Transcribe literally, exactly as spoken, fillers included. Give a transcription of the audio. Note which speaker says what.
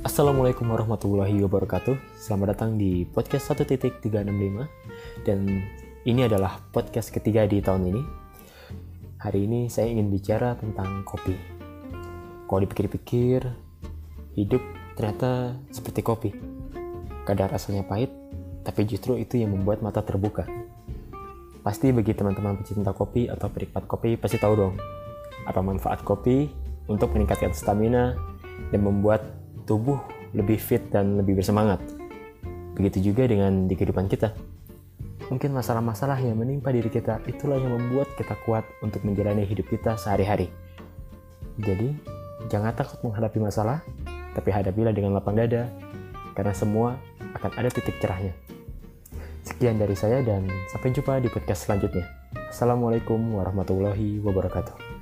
Speaker 1: Assalamualaikum warahmatullahi wabarakatuh. Selamat datang di podcast satu titik tiga enam lima. Dan ini adalah podcast ketiga di tahun ini. Hari ini saya ingin bicara tentang kopi. Kalau dipikir-pikir, hidup ternyata seperti kopi. Kadang rasanya pahit, tapi justru itu yang membuat mata terbuka. Pasti bagi teman-teman pecinta kopi atau penikmat kopi pasti tahu dong apa manfaat kopi untuk meningkatkan stamina dan membuat tubuh lebih fit dan lebih bersemangat. Begitu juga dengan di kehidupan kita. Mungkin masalah-masalah yang menimpa diri kita itulah yang membuat kita kuat untuk menjalani hidup kita sehari-hari. Jadi, jangan takut menghadapi masalah, tapi hadapilah dengan lapang dada, karena semua akan ada titik cerahnya. Sekian dari saya dan sampai jumpa di podcast selanjutnya. Assalamualaikum warahmatullahi wabarakatuh.